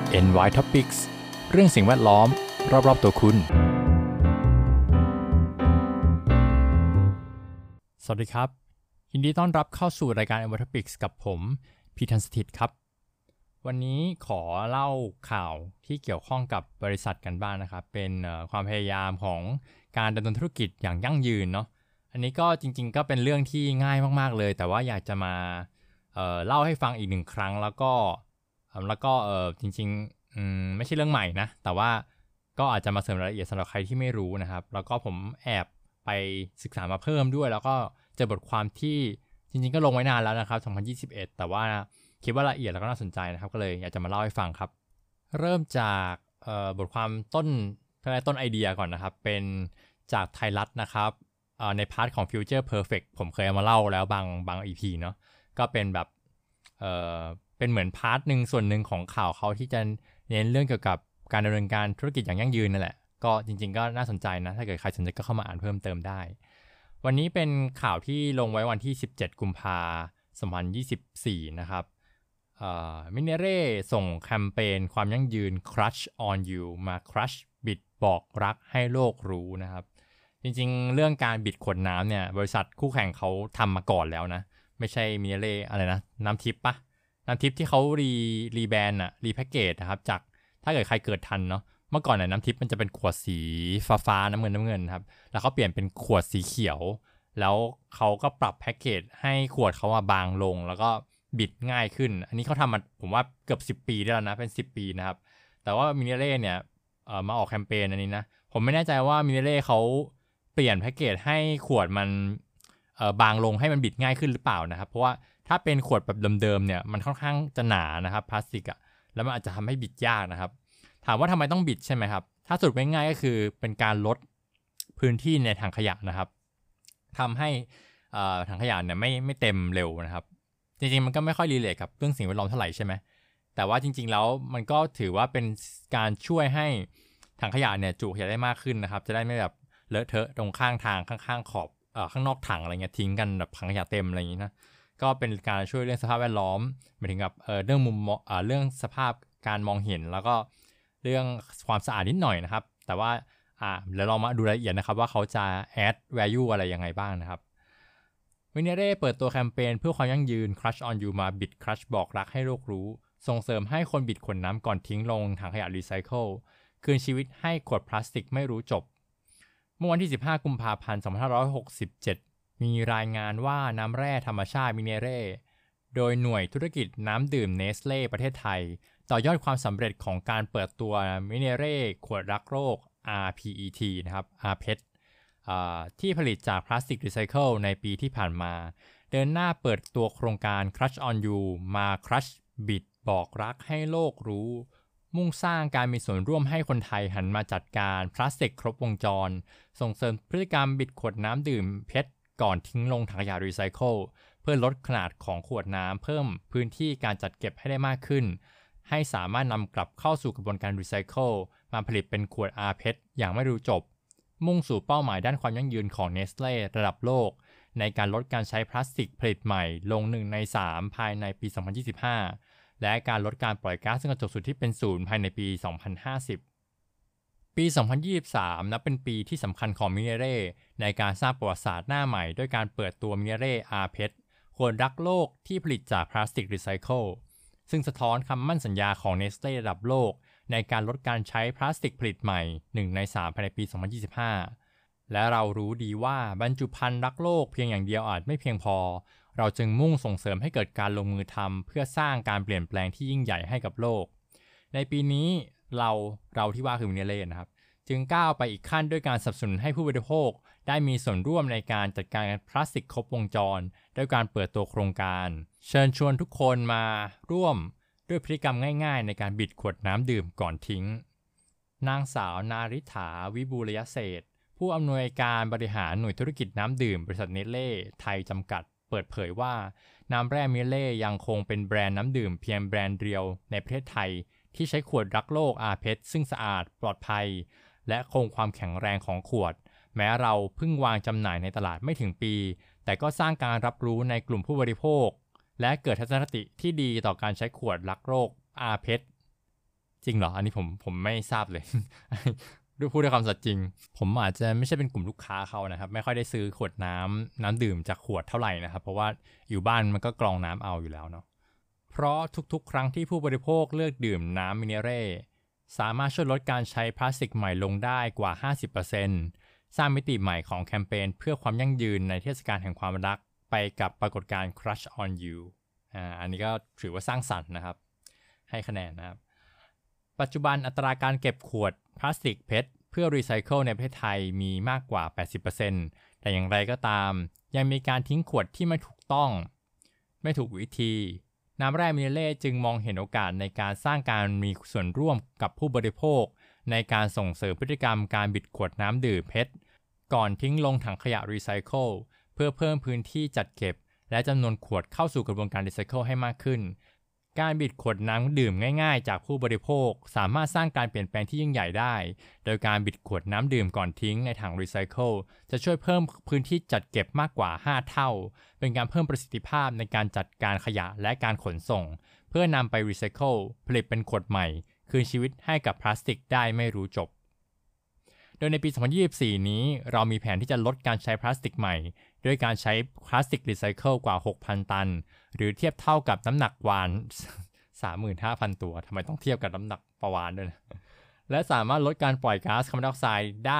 NY Topics เรื่องสิ่งแวดล้อมรอบๆตัวคุณสวัสดีครับยินดีต้อนรับเข้าสู่รายการ NY Topics กับผมพีทันสถิตย์ครับวันนี้ขอเล่าข่าวที่เกี่ยวข้องกับบริษัทกันบ้าง นะครับเป็นความพยายามของการดำเนินธุรกิจอย่างยั่งยืนเนาะอันนี้ก็จริงๆก็เป็นเรื่องที่ง่ายมากๆเลยแต่ว่าอยากจะมาเล่าให้ฟังอีกหนึ่งครั้งแล้วก็จริงๆไม่ใช่เรื่องใหม่นะแต่ว่าก็อาจจะมาเสริมรายละเอียดสำหรับใครที่ไม่รู้นะครับแล้วก็ผมแอบไปศึกษามาเพิ่มด้วยแล้วก็เจอบทความที่จริงๆก็ลงไว้นานแล้วนะครับ2021แต่ว่าคิดว่าละเอียดแล้วก็น่าสนใจนะครับก็เลยอยากจะมาเล่าให้ฟังครับเริ่มจากบทความต้นไอเดียก่อนนะครับเป็นจากไทยรัฐนะครับในพาร์ทของ Future Perfect ผมเคยเอามาเล่าแล้วบาง EP เนาะก็เป็นแบบเป็นเหมือนพาร์ทหนึ่งส่วนหนึ่งของข่าวเขาที่จะเน้นเรื่องเกี่ยวกับการดำเนินการธุรกิจอย่างยั่งยืนนั่นแหละก็จริงๆก็น่าสนใจนะถ้าเกิดใครสนใจก็เข้ามาอ่านเพิ่มเติมได้วันนี้เป็นข่าวที่ลงไว้วันที่17กุมภาพันธ์2024นะครับมิเนเร่ส่งแคมเปญความยั่งยืน Crush on You มา Crush บิดบอกรักให้โลกรู้นะครับจริงๆเรื่องการบิดขวดน้ำเนี่ยบริษัทคู่แข่งเขาทำมาก่อนแล้วนะไม่ใช่มิเนเร่อะไรนะน้ำทิพย์ปะน้ำทิพย์ที่เขารีแบรนด์อะรีแพ็กเกจนะครับจากถ้าเกิดใครเกิดทันเนาะเมื่อก่อนน่ะน้ำทิพย์มันจะเป็นขวดสีฟ้าน้ำเงินครับแล้วเขาเปลี่ยนเป็นขวดสีเขียวแล้วเขาก็ปรับแพ็กเกจให้ขวดเขาบางลงแล้วก็บิดง่ายขึ้นอันนี้เขาทำมาผมว่าเกือบ10 ปีได้แล้วนะเป็น10 ปีนะครับแต่ว่ามิเนเร่เนี่ยมาออกแคมเปญอันนี้นะผมไม่แน่ใจว่ามิเนเร่เขาเปลี่ยนแพ็กเกจให้ขวดมันบางลงให้มันบิดง่ายขึ้นหรือเปล่านะครับเพราะว่าถ้าเป็นขวดแบบเดิมๆเนี่ยมันค่อนข้างจะหนานะครับพลาสติกอะแล้วมันอาจจะทำให้บิดยากนะครับถามว่าทำไมต้องบิดใช่ไหมครับถ้าสรุปง่ายๆก็คือเป็นการลดพื้นที่ในถังขยะนะครับทำให้ถังขยะเนี่ยไม่เต็มเร็วนะครับจริงๆมันก็ไม่ค่อยรีเลทกับเรื่องสิ่งแวดล้อมเท่าไหร่ใช่ไหมแต่ว่าจริงๆแล้วมันก็ถือว่าเป็นการช่วยให้ถังขยะเนี่ยจุขยะได้มากขึ้นนะครับจะได้ไม่แบบเลอะเทอะตรงข้างทางข้างๆขอบข้างนอกถังอะไรเงี้ยทิ้งกันแบบถังขยะเต็มอะไรอย่างนี้นะก็เป็นการช่วยเรื่องสภาพแวดล้อมหมายถึงกับเรื่องเรื่องสภาพการมองเห็นแล้วก็เรื่องความสะอาดนิดหน่อยนะครับแต่ว่าเดี๋ยวเรามาดูรายละเอียดนะครับว่าเขาจะ add value อะไรยังไงบ้างนะครับมิเนเร่เปิดตัวแคมเปญเพื่อความยั่งยืน Crush on You มาบิด Crush บอกรักให้โลกรู้ส่งเสริมให้คนบิดขวดน้ำก่อนทิ้งลงถังขยะรีไซเคิลคืนชีวิตให้ขวดพลาสติกไม่รู้จบเมื่อวันที่15กุมภาพันธ์2567มีรายงานว่าน้ำแร่ธรรมชาติมิเนเร่โดยหน่วยธุรกิจน้ำดื่มเนสเล่ประเทศไทยต่อยอดความสำเร็จของการเปิดตัวมิเนเร่ขวดรักโลก RPET นะครับ RPET ที่ผลิตจากพลาสติกรีไซเคิลในปีที่ผ่านมาเดินหน้าเปิดตัวโครงการ Crush on You มา Crush บิดบอกรักให้โลกรู้มุ่งสร้างการมีส่วนร่วมให้คนไทยหันมาจัดการพลาสติกครบวงจรส่งเสริมพฤติกรรมบิดขวดน้ำดื่มเพชรก่อนทิ้งลงถังขยะรีไซเคิลเพื่อลดขนาดของขวดน้ำเพิ่มพื้นที่การจัดเก็บให้ได้มากขึ้นให้สามารถนำกลับเข้าสู่กระบวนการรีไซเคิลมาผลิตเป็นขวด RPET อย่างไม่รู้จบมุ่งสู่เป้าหมายด้านความยั่งยืนของ Nestle ระดับโลกในการลดการใช้พลาสติกผลิตใหม่ลง1 ใน 3ภายในปี 2025และการลดการปล่อยก๊าซเรือนกระจกสุดที่เป็นศูนย์ภายในปี 2050 ปี 2023 นับเป็นปีที่สำคัญของมิเนเร่ในการสร้างประวัติศาสตร์หน้าใหม่ด้วยการเปิดตัวมิเนเร่ RPET ขวดรักโลกที่ผลิตจากพลาสติกรีไซเคิลซึ่งสะท้อนคำมั่นสัญญาของ Nestle ระดับโลกในการลดการใช้พลาสติกผลิตใหม่1 ใน 3ภายในปี 2025 และเรารู้ดีว่าบรรจุภัณฑ์รักโลกเพียงอย่างเดียวอาจไม่เพียงพอเราจึงมุ่งส่งเสริมให้เกิดการลงมือทำเพื่อสร้างการเปลี่ยนแปลงที่ยิ่งใหญ่ให้กับโลกในปีนี้เราที่ว่าคือมิเนเร่นะครับจึงก้าวไปอีกขั้นด้วยการสนับสนุนให้ผู้บริโภคได้มีส่วนร่วมในการจัดการพลาสติกครบวงจรด้วยการเปิดตัวโครงการเชิญชวนทุกคนมาร่วมด้วยพฤติกรรมง่ายๆในการบิดขวดน้ำดื่มก่อนทิ้งนางสาวนาริฐาวิบูลยเศรษฐ์ผู้อำนวยการบริหารหน่วยธุรกิจน้ำดื่มบริษัทเนสเล่ไทยจำกัดเปิดเผยว่าน้ำแร่มิเล่ยังคงเป็นแบรนด์น้ำดื่มเพียงแบรนด์เดียวในประเทศไทยที่ใช้ขวดรักโลก RPET ซึ่งสะอาดปลอดภัยและคงความแข็งแรงของขวดแม้เราเพิ่งวางจำหน่ายในตลาดไม่ถึงปีแต่ก็สร้างการรับรู้ในกลุ่มผู้บริโภคและเกิดทัศนคติที่ดีต่อการใช้ขวดรักโลก RPET จจริงเหรออันนี้ผมไม่ทราบเลย ด้วยพูดด้วยความสัตย์จริงผมอาจจะไม่ใช่เป็นกลุ่มลูกค้าเขานะครับไม่ค่อยได้ซื้อขวดน้ำดื่มจากขวดเท่าไหร่นะครับเพราะว่าอยู่บ้านมันก็กรองน้ำเอาอยู่แล้วเนาะเพราะทุกๆครั้งที่ผู้บริโภคเลือกดื่มน้ำมิเนเร่สามารถช่วยลดการใช้พลาสติกใหม่ลงได้กว่า 50%สร้างมิติใหม่ของแคมเปญเพื่อความยั่งยืนในเทศกาลแห่งความรักไปกับปรากฏการณ์ Crush on You อันนี้ก็ถือว่าสร้างสรรค์นะครับให้คะแนนนะครับปัจจุบันอัตราการเก็บขวดพลาสติกเพชรเพื่อรีไซเคิลในประเทศไทยมีมากกว่า 80% แต่อย่างไรก็ตามยังมีการทิ้งขวดที่ไม่ถูกต้องไม่ถูกวิธีน้ำแร่มิเนเร่จึงมองเห็นโอกาสในการสร้างการมีส่วนร่วมกับผู้บริโภคในการส่งเสริมพฤติกรรมการบิดขวดน้ำดื่มเพชรก่อนทิ้งลงถังขยะรีไซเคิลเพื่อเพิ่มพื้นที่จัดเก็บและจำนวนขวดเข้าสู่กระบวนการรีไซเคิลให้มากขึ้นการบิดขวดน้ำดื่มง่ายๆจากผู้บริโภคสามารถสร้างการเปลี่ยนแปลงที่ยิ่งใหญ่ได้โดยการบิดขวดน้ำดื่มก่อนทิ้งในถังรีไซเคิลจะช่วยเพิ่มพื้นที่จัดเก็บมากกว่า5เท่าเป็นการเพิ่มประสิทธิภาพในการจัดการขยะและการขนส่งเพื่อนำไปรีไซเคิลผลิตเป็นขวดใหม่คืนชีวิตให้กับพลาสติกได้ไม่รู้จบโดยในปี 2024 นี้เรามีแผนที่จะลดการใช้พลาสติกใหม่ด้วยการใช้พลาสติกรีไซเคิลกว่า 6,000 ตันหรือเทียบเท่ากับน้ำหนักวาฬ 35,000 ตัวทำไมต้องเทียบกับน้ำหนักปลาวาฬด้วยนะและสามารถลดการปล่อยก๊าซคาร์บอนไดออกไซด์ได้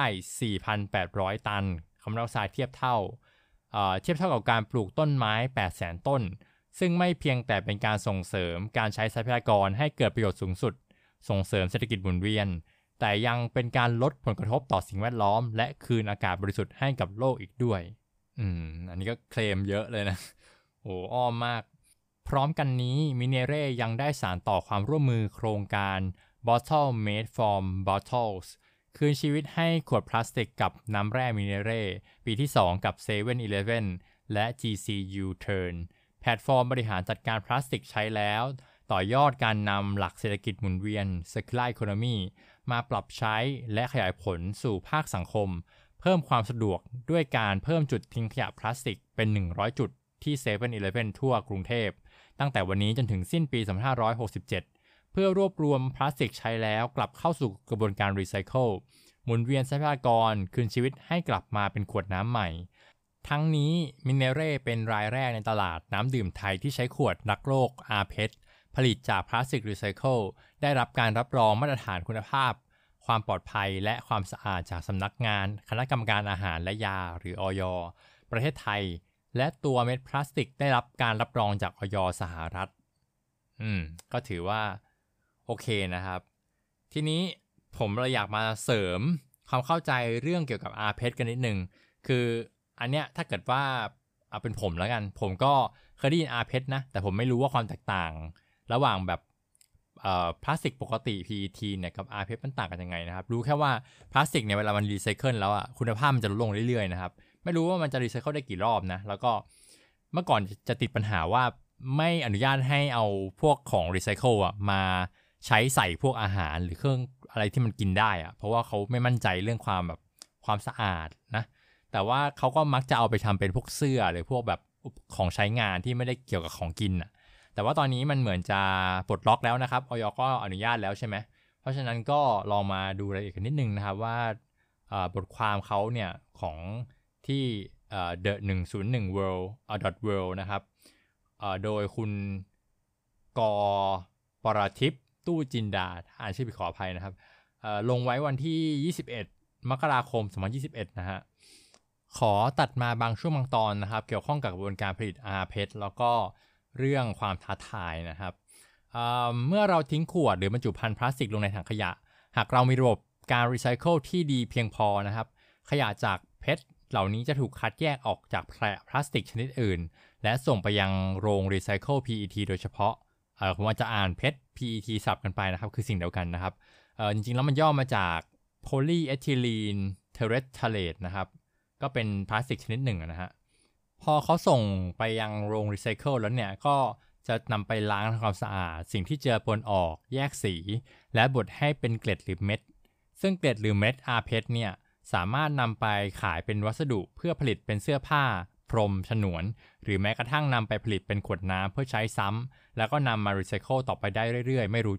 4,800 ตันคาร์บอนไดออกไซด์เทียบเท่ากับการปลูกต้นไม้ 800,000 ต้นซึ่งไม่เพียงแต่เป็นการส่งเสริมการใช้ทรัพยากรให้เกิดประโยชน์สูงสุดส่งเสริมเศรษฐกิจหมุนเวียนแต่ยังเป็นการลดผลกระทบต่อสิ่งแวดล้อมและคืนอากาศบริสุทธิ์ให้กับโลกอีกด้วยอันนี้ก็เคลมเยอะเลยนะโอ้อ้อมมากพร้อมกันนี้มิเนเร่ยังได้สานต่อความร่วมมือโครงการ Bottle Made from Bottles คืนชีวิตให้ขวดพลาสติกกับน้ำแร่มิเนเร่ปีที่2กับ 7-Eleven และ GCU Turn แพลตฟอร์มบริหารจัดการพลาสติกใช้แล้วต่อยอดการนำหลักเศรษฐกิจหมุนเวียน Circular Economy มาปรับใช้และขยายผลสู่ภาคสังคมเพิ่มความสะดวกด้วยการเพิ่มจุดทิ้งขยะพลาสติกเป็น100จุดที่ 7-Eleven ทั่วกรุงเทพตั้งแต่วันนี้จนถึงสิ้นปี 2567 เพื่อรวบรวมพลาสติกใช้แล้วกลับเข้าสู่กระบวนการรีไซเคิลหมุนเวียนทรัพยากรคืนชีวิตให้กลับมาเป็นขวดน้ำใหม่ทั้งนี้มิเนเร่เป็นรายแรกในตลาดน้ำดื่มไทยที่ใช้ขวดรักโลกอาเพชผลิตจากพลาสติกรีไซเคิลได้รับการรับรองมาตรฐานคุณภาพความปลอดภัยและความสะอาดจากสำนักงานคณะกรรมการอาหารและยาหรืออย.ประเทศไทยและตัวเม็ดพลาสติกได้รับการรับรองจากอย.สหรัฐก็ถือว่าโอเคนะครับทีนี้ผมเลยอยากมาเสริมความเข้าใจเรื่องเกี่ยวกับอาเพชกันนิดนึงคืออันเนี้ยถ้าเกิดว่าเอาเป็นผมแล้วกันผมก็เคยได้ยินอาเพชนะแต่ผมไม่รู้ว่าความแตกต่างระหว่างแบบพลาสติกปกติ PET เนี่ยกับ R เพชรมันต่างกันยังไงนะครับรู้แค่ว่าพลาสติกเนี่ยเวลามันรีไซเคิลแล้วอ่ะคุณภาพมันจะลดลงเรื่อยๆนะครับไม่รู้ว่ามันจะรีไซเคิลได้กี่รอบนะแล้วก็เมื่อก่อนจะติดปัญหาว่าไม่อนุญาตให้เอาพวกของรีไซเคิลอ่ะมาใช้ใส่พวกอาหารหรือเครื่องอะไรที่มันกินได้อ่ะเพราะว่าเขาไม่มั่นใจเรื่องความสะอาดนะแต่ว่าเขาก็มักจะเอาไปทำเป็นพวกเสื้อหรือพวกแบบของใช้งานที่ไม่ได้เกี่ยวกับของกินอ่ะแต่ว่าตอนนี้มันเหมือนจะปลดล็อกแล้วนะครับอย.ก็อนุญาตแล้วใช่ไหมเพราะฉะนั้นก็ลองมาดูรายละเอียดกันนิดนึงนะครับว่าบทความเขาเนี่ยของที่the 101 world .world นะครับโดยคุณกปรทิพย์ตู้จินดาอ่านชื่อผิดขออภัยนะครับลงไว้วันที่21มกราคม2021นะฮะขอตัดมาบางช่วงบางตอนนะครับเกี่ยวข้องกับกระบวนการผลิตอาเพชรแล้วก็เรื่องความท้าทายนะครับเมื่อเราทิ้งขวดหรือบรรจุภัณฑ์พลาสติกลงในถังขยะหากเรามีระบบการรีไซเคิลที่ดีเพียงพอนะครับขยะจากเพชรเหล่านี้จะถูกคัดแยกออกจากพลาสติกชนิดอื่นและส่งไปยังโรงรีไซเคิล PET โดยเฉพาะผมอาจจะอ่านเพชร PET สับกันไปนะครับคือสิ่งเดียวกันนะครับจริงๆแล้วมันย่อมาจาก polyethylene terephthalate นะครับก็เป็นพลาสติกชนิดหนึ่งนะฮะพอเขาส่งไปยังโรงรีไซเคิลแล้วเนี่ยก็จะนำไปล้างทำความสะอาดสิ่งที่เจือปนออกแยกสีและบดให้เป็นเกล็ดหรือเม็ดซึ่งเกล็ดหรือเม็ดอาเพชเนี่ยสามารถนำไปขายเป็นวัสดุเพื่อผลิตเป็นเสื้อผ้าพรมฉนวนหรือแม้กระทั่งนำไปผลิตเป็นขวดน้ำเพื่อใช้ซ้ำแล้วก็นำมารีไซเคิลต่อไปได้เรื่อยๆไม่รู้จบ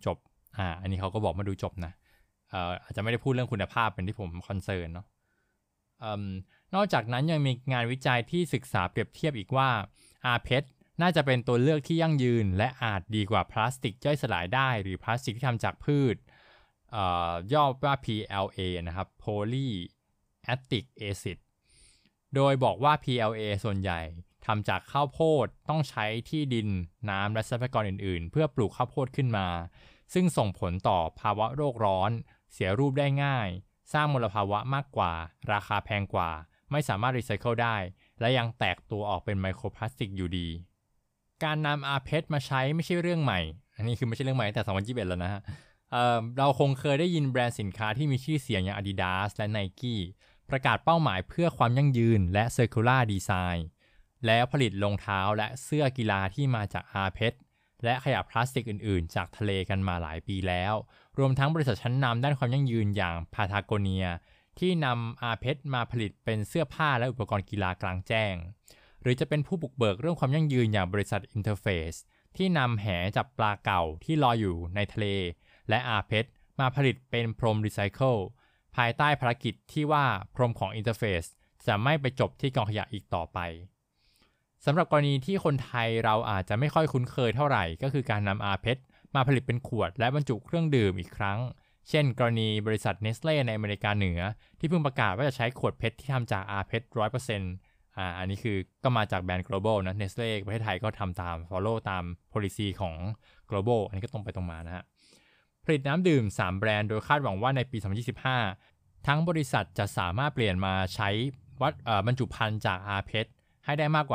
อันนี้เขาก็บอกมาดูจบนะอาจจะไม่ได้พูดเรื่องคุณภาพเป็นที่ผมคอนเซิร์นเนาะนอกจากนั้นยังมีงานวิจัยที่ศึกษาเปรียบเทียบอีกว่าrPET น่าจะเป็นตัวเลือกที่ยั่งยืนและอาจดีกว่าพลาสติกย่อยสลายได้หรือพลาสติกที่ทำจากพืชย่อว่า PLA นะครับ Polylactic Acid โดยบอกว่า PLA ส่วนใหญ่ทำจากข้าวโพดต้องใช้ที่ดินน้ำและทรัพยากรอื่นๆเพื่อปลูกข้าวโพดขึ้นมาซึ่งส่งผลต่อภาวะโลกร้อนเสียรูปได้ง่ายสร้างมลภาวะมากกว่าราคาแพงกว่าไม่สามารถรีไซเคิลได้และยังแตกตัวออกเป็นไมโครพลาสติกอยู่ดีการนำrPETมาใช้ไม่ใช่เรื่องใหม่อันนี้คือไม่ใช่เรื่องใหม่ตั้งแต่2021แล้วนะฮะเราคงเคยได้ยินแบรนด์สินค้าที่มีชื่อเสียงอย่าง Adidas และ Nike ประกาศเป้าหมายเพื่อความยั่งยืนและ Circular Design แล้วผลิตรองเท้าและเสื้อกีฬาที่มาจากrPET และขยะพลาสติกอื่นๆจากทะเลกันมาหลายปีแล้วรวมทั้งบริษัทชั้นนำด้านความยั่งยืนอย่าง Patagonia ที่นำrPET มาผลิตเป็นเสื้อผ้าและอุปกรณ์กีฬากลางแจ้งหรือจะเป็นผู้บุกเบิกเรื่องความยั่งยืนอย่างบริษัท Interface ที่นำแหจับปลาเก่าที่ลอยอยู่ในทะเลและrPET มาผลิตเป็นพรมรีไซเคิลภายใต้ภารกิจที่ว่าพรมของ Interface จะไม่ไปจบที่กองขยะอีกต่อไปสำหรับกรณีที่คนไทยเราอาจจะไม่ค่อยคุ้นเคยเท่าไหร่ก็คือการนำrPET มาผลิตเป็นขวดและบรรจุเครื่องดื่มอีกครั้งเช่นกรณีบริษัท Nestle ในอเมริกาเหนือที่เพิ่งประกาศว่าจะใช้ขวดเพชรที่ทำจากrPET 100%อันนี้คือก็มาจากแบรนด์ global นะ Nestle ประเทศไทยก็ทำตาม follow ตาม policy ของ global อันนี้ก็ตรงไปตรงมานะฮะผลิตน้ำดื่ม3แบรนด์โดยคาดหวังว่าในปี2025ทั้งบริษัทจะสามารถเปลี่ยนมาใช้บรรจุภัณฑ์จากrPET ให้ได้มากกว่า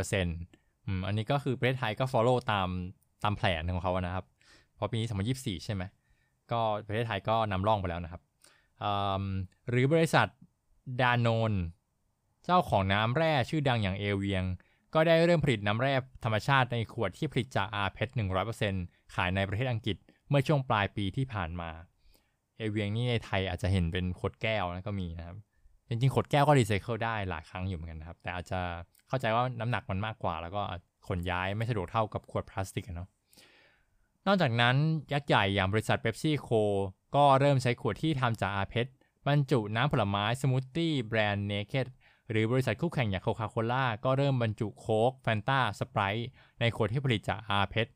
50% อันนี้ก็คือประเทศไทยก็ follow ตามแผนของเขานะครับพอปีนี้2024ใช่ไหมก็ประเทศไทยก็นำร่องไปแล้วนะครับหรือบริษัทดานโนนเจ้าของน้ำแร่ชื่อดังอย่างเอเวียงก็ได้เริ่มผลิตน้ำแร่ธรรมชาติในขวดที่ผลิตจาก rPET 100% ขายในประเทศอังกฤษเมื่อช่วงปลายปีที่ผ่านมาเอเวียงนี่ในไทยอาจจะเห็นเป็นขวดแก้วนะก็มีนะครับจริงๆขวดแก้วก็รีไซเคิลได้หลายครั้งอยู่เหมือนกันนะครับแต่อาจจะเข้าใจว่าน้ำหนักมันมากกว่าแล้วก็ขนย้ายไม่สะดวกเท่ากับขวดพลาสติกเนาะนอกจากนั้นยักษ์ใหญ่อย่างบริษัทเป๊ปซี่โคก็เริ่มใช้ขวดที่ทำจากrPET บรรจุน้ำผลไม้สมูทตี้แบรนด์ Naked หรือบริษัทคู่แข่งอย่างโคคาโคล่าก็เริ่มบรรจุโค้กแฟนต้าสไปรท์ในขวดที่ผลิตจากrPET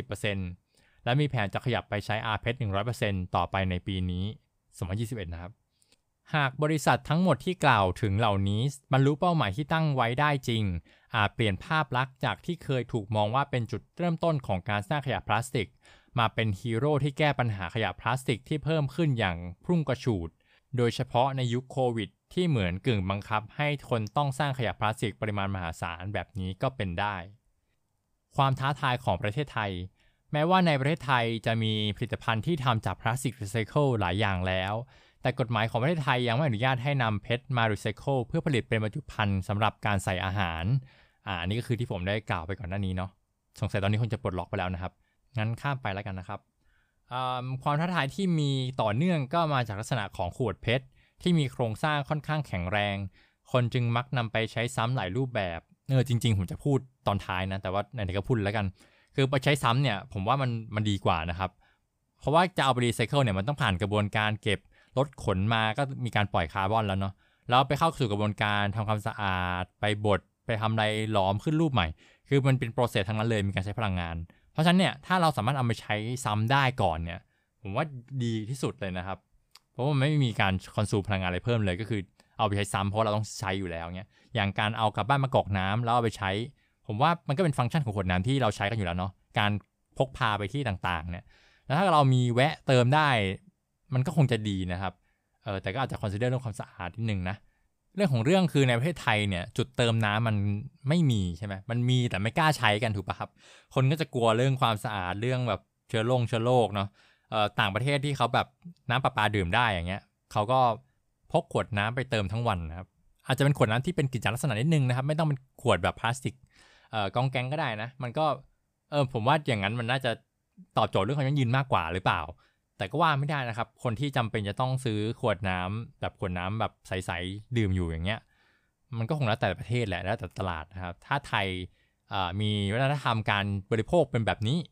50% และมีแผนจะขยับไปใช้ rPET 100% ต่อไปในปีนี้2021นะครับหากบริษัททั้งหมดที่กล่าวถึงเหล่านี้บรรลุเป้าหมายที่ตั้งไว้ได้จริงอาจเปลี่ยนภาพลักษณ์จากที่เคยถูกมองว่าเป็นจุดเริ่มต้นของการสร้างขยะพลาสติกมาเป็นฮีโร่ที่แก้ปัญหาขยะพลาสติกที่เพิ่มขึ้นอย่างพุ่งกระฉูดโดยเฉพาะในยุคโควิดที่เหมือนกึ่งบังคับให้คนต้องสร้างขยะพลาสติกปริมาณมหาศาลแบบนี้ก็เป็นได้ความท้าทายของประเทศไทยแม้ว่าในประเทศไทยจะมีผลิตภัณฑ์ที่ทำจากพลาสติกรีไซเคิลหลายอย่างแล้วแต่กฎหมายของประเทศไทยยังไม่อนุญาตให้นำเพชรมารีไซเคิลเพื่อผลิตเป็นบรรจุภัณฑ์สำหรับการใส่อาหารอันนี้ก็คือที่ผมได้กล่าวไปก่อนหน้านี้เนาะสงสัยตอนนี้คงจะปลดล็อกไปแล้วนะครับงั้นข้ามไปแล้วกันนะครับความท้าทายที่มีต่อเนื่องก็มาจากลักษณะของขวดเพชรที่มีโครงสร้างค่อนข้างแข็งแรงคนจึงมักนำไปใช้ซ้ำหลายรูปแบบจริงๆผมจะพูดตอนท้ายนะแต่ว่าไหนๆก็พูดแล้วกันคือไปใช้ซ้ำเนี่ยผมว่ามันดีกว่านะครับเพราะว่าจะเอาไปรีไซเคิลเนี่ยมันต้องผ่านกระบวนการเก็บรถขนมาก็มีการปล่อยคาร์บอนแล้วเนาะแล้วไปเข้าสู่กระบวนการทำความสะอาดไปบดไปทำอะไรหลอมขึ้นรูปใหม่คือมันเป็นโปรเซสทั้งนั้นเลยมีการใช้พลังงานเพราะฉะนั้นเนี่ยถ้าเราสามารถเอาไปใช้ซ้ำได้ก่อนเนี่ยผมว่าดีที่สุดเลยนะครับเพราะว่ามันไม่มีการคอนซูมพลังงานอะไรเพิ่มเลยก็คือเอาไปใช้ซ้ำเพราะเราต้องใช้อยู่แล้วเนี่ยอย่างการเอากลับบ้านมากรอกน้ำแล้วเอาไปใช้ผมว่ามันก็เป็นฟังก์ชันของขวดน้ำที่เราใช้กันอยู่แล้วเนาะการพกพาไปที่ต่างๆเนี่ยแล้วถ้าเรามีแวะเติมได้มันก็คงจะดีนะครับแต่ก็อาจจะคอนซิเดอร์เรื่องความสะอาดนิดนึงนะเรื่องของเรื่องคือในประเทศไทยเนี่ยจุดเติมน้ำมันไม่มีใช่ไหมมันมีแต่ไม่กล้าใช้กันถูกป่ะครับคนก็จะกลัวเรื่องความสะอาดเรื่องแบบเชื้อโรคเนาะต่างประเทศที่เขาแบบน้ำประปาดื่มได้อย่างเงี้ยเขาก็พกขวดน้ำไปเติมทั้งวันนะครับอาจจะเป็นขวดน้ำที่เป็นกิจลักษณะนิดนึงนะครับไม่ต้องเป็นขวดแบบพลาสติกกองแกงก็ได้นะมันก็ผมว่าอย่างนั้นมันน่าจะตอบโจทย์เรื่องความยั่งยืนมากกว่าหรือเปล่าแต่ก็ว่าไม่ได้นะครับคนที่จำเป็นจะต้องซื้อขวดน้ำแบบขวดน้ำแบบใสๆดื่มอยู่อย่างเงี้ยมันก็คงแล้วแต่ประเทศแหละแล้วแต่ตลาดนะครับถ้าไทยมีวัฒนธรรมการบริโภคเป็นแบบนี้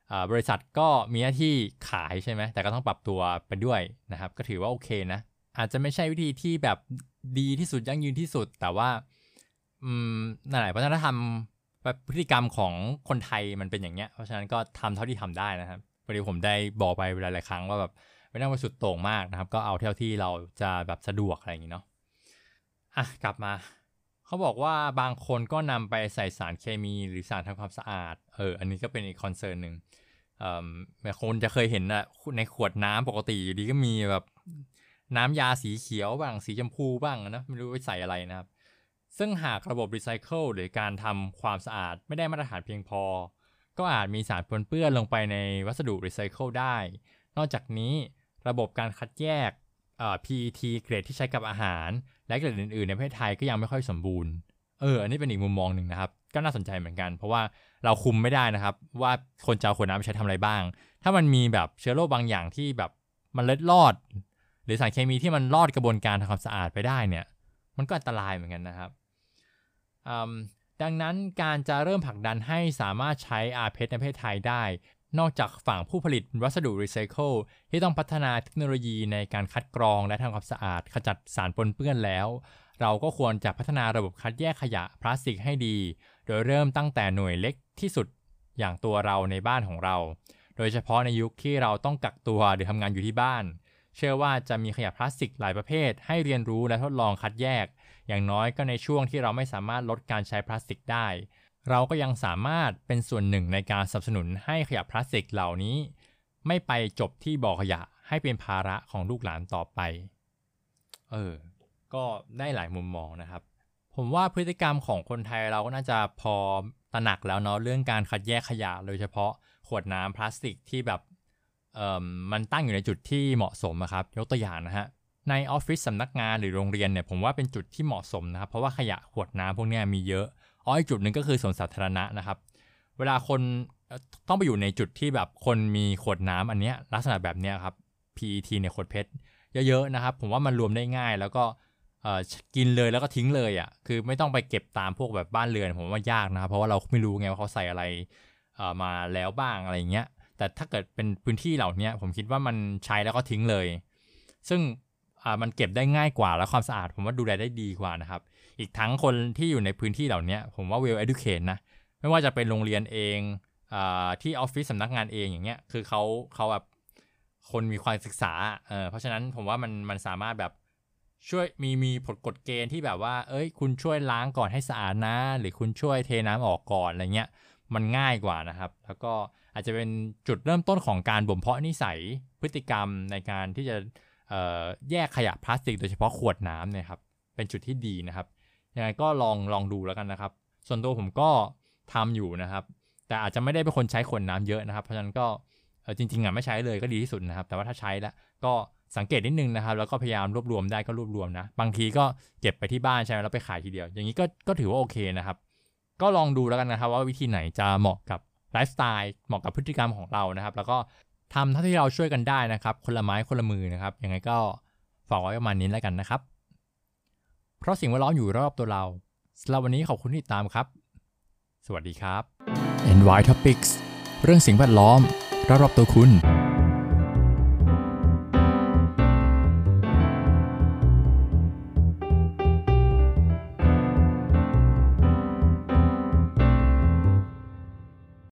บริษัทก็มีหน้าที่ขายใช่ไหมแต่ก็ต้องปรับตัวไปด้วยนะครับก็ถือว่าโอเคนะอาจจะไม่ใช่วิธีที่แบบดีที่สุดยั่งยืนที่สุดแต่ว่านั่นแหละวัฒนธรรมพฤติกรรมของคนไทยมันเป็นอย่างเงี้ยเพราะฉะนั้นก็ทำเท่าที่ทำได้นะครับพอดีผมได้บอกไปหลายๆครั้งว่าแบบไม่ต้องไปสุดโต่งมากนะครับก็เอาเท่าที่เราจะแบบสะดวกอะไรอย่างงี้เนาะกลับมาเขาบอกว่าบางคนก็นำไปใส่สารเคมีหรือสารทำความสะอาดอันนี้ก็เป็นอีกคอนเซิร์นหนึ่งคนจะเคยเห็นนะในขวดน้ำปกติอยู่ดีก็มีแบบน้ำยาสีเขียวบ้างสีชมพูบ้างนะไม่รู้ไปใส่อะไรนะครับซึ่งหากระบบรีไซเคิลหรือการทำความสะอาดไม่ได้มาตรฐานเพียงพอก็อาจมีสารปนเปื้อนลงไปในวัสดุรีไซเคิลได้นอกจากนี้ระบบการคัดแยกPET เกรดที่ใช้กับอาหารและเกรดอื่นๆในประเทศไทยก็ยังไม่ค่อยสมบูรณ์อันนี้เป็นอีกมุมมองหนึ่งนะครับก็น่าสนใจเหมือนกันเพราะว่าเราคุมไม่ได้นะครับว่าคนจะเอาขวดน้ำไปใช้ทำอะไรบ้างถ้ามันมีแบบเชื้อโรคบางอย่างที่แบบมันเล็ดลอดหรือสารเคมีที่มันลอดกระบวนการทำความสะอาดไปได้เนี่ยมันก็อันตรายเหมือนกันนะครับดังนั้นการจะเริ่มผลักดันให้สามารถใช้ rPET ในประเทศไทยได้นอกจากฝั่งผู้ผลิตวัสดุรีไซเคิลที่ต้องพัฒนาเทคโนโลยีในการคัดกรองและทำความสะอาดขจัดสารปนเปื้อนแล้วเราก็ควรจะพัฒนาระบบคัดแยกขยะพลาสติกให้ดีโดยเริ่มตั้งแต่หน่วยเล็กที่สุดอย่างตัวเราในบ้านของเราโดยเฉพาะในยุคที่เราต้องกักตัวหรือทำงานอยู่ที่บ้านเชื่อว่าจะมีขยะพลาสติกหลายประเภทให้เรียนรู้และทดลองคัดแยกอย่างน้อยก็ในช่วงที่เราไม่สามารถลดการใช้พลาสติกได้เราก็ยังสามารถเป็นส่วนหนึ่งในการสนับสนุนให้ขยะพลาสติกเหล่านี้ไม่ไปจบที่บ่อขยะให้เป็นภาระของลูกหลานต่อไปก็ได้หลายมุมมองนะครับผมว่าพฤติกรรมของคนไทยเราก็น่าจะพอตระหนักแล้วเนาะเรื่องการคัดแยกขยะโดยเฉพาะขวดน้ำพลาสติกที่แบบมันตั้งอยู่ในจุดที่เหมาะสมครับยกตัวอย่างนะฮะในออฟฟิศสำนักงานหรือโรงเรียนเนี่ยผมว่าเป็นจุดที่เหมาะสมนะครับเพราะว่าขยะขวดน้ำพวกนี้มีเยอะอีกจุดหนึ่งก็คือสวนสาธารณะนะครับเวลาคนต้องไปอยู่ในจุดที่แบบคนมีขวดน้ำอันเนี้ยลักษณะแบบเนี้ยครับ PET เนี่ยขวดเพชรเยอะๆนะครับผมว่ามันรวมได้ง่ายแล้วก็กินเลยแล้วก็ทิ้งเลยคือไม่ต้องไปเก็บตามพวกแบบบ้านเรือนผมว่ายากนะครับเพราะว่าเราไม่รู้ไงว่าเขาใส่อะไรมาแล้วบ้างอะไรเงี้ยแต่ถ้าเกิดเป็นพื้นที่เหล่านี้ผมคิดว่ามันใช้แล้วก็ทิ้งเลยซึ่งมันเก็บได้ง่ายกว่าและความสะอาดผมว่าดูแลได้ดีกว่านะครับอีกทั้งคนที่อยู่ในพื้นที่เหล่านี้ผมว่า well educated นะไม่ว่าจะเป็นโรงเรียนเองที่ออฟฟิศสำนักงานเองอย่างเงี้ยคือเขาแบบคนมีความศึกษาเพราะฉะนั้นผมว่ามันสามารถแบบช่วยมีผลกฎเกณฑ์ที่แบบว่าคุณช่วยล้างก่อนให้สะอาดนะหรือคุณช่วยเทน้ำออกก่อนอะไรเงี้ยมันง่ายกว่านะครับแล้วก็อาจจะเป็นจุดเริ่มต้นของการบ่มเพาะนิสัยพฤติกรรมในการที่จะแยกขยะพลาสติกโดยเฉพาะขวดน้ำเนี่ยครับเป็นจุดที่ดีนะครับยังไงก็ลองดูแล้วกันนะครับส่วนตัวผมก็ทำอยู่นะครับแต่อาจจะไม่ได้เป็นคนใช้ขวดน้ำเยอะนะครับเพราะฉะนั้นก็จริงๆไม่ใช้เลยก็ดีที่สุดนะครับแต่ว่าถ้าใช้แล้วก็สังเกตนิดนึงนะครับแล้วก็พยายามรวบรวมได้ก็รวบรวมนะบางทีก็เก็บไปที่บ้านใช่ไหมแล้วไปขายทีเดียวอย่างนี้ก็ถือว่าโอเคนะครับก็ลองดูแล้วกันนะครับว่าวิธีไหนจะเหมาะกับไลฟ์สไตล์เหมาะกับพฤติกรรมของเรานะครับแล้วก็ทำเท่าที่เราช่วยกันได้นะครับคนละไม้คนละมือนะครับยังไงก็ฝากไว้ประมาณนี้แล้วกันนะครับเพราะสิ่งแวดล้อมอยู่รอบตัวเราสำหรับวันนี้ขอบคุณที่ติดตามครับสวัสดีครับ NY Topics เรื่องสิ่งแวดล้อมรอบๆตัวคุณ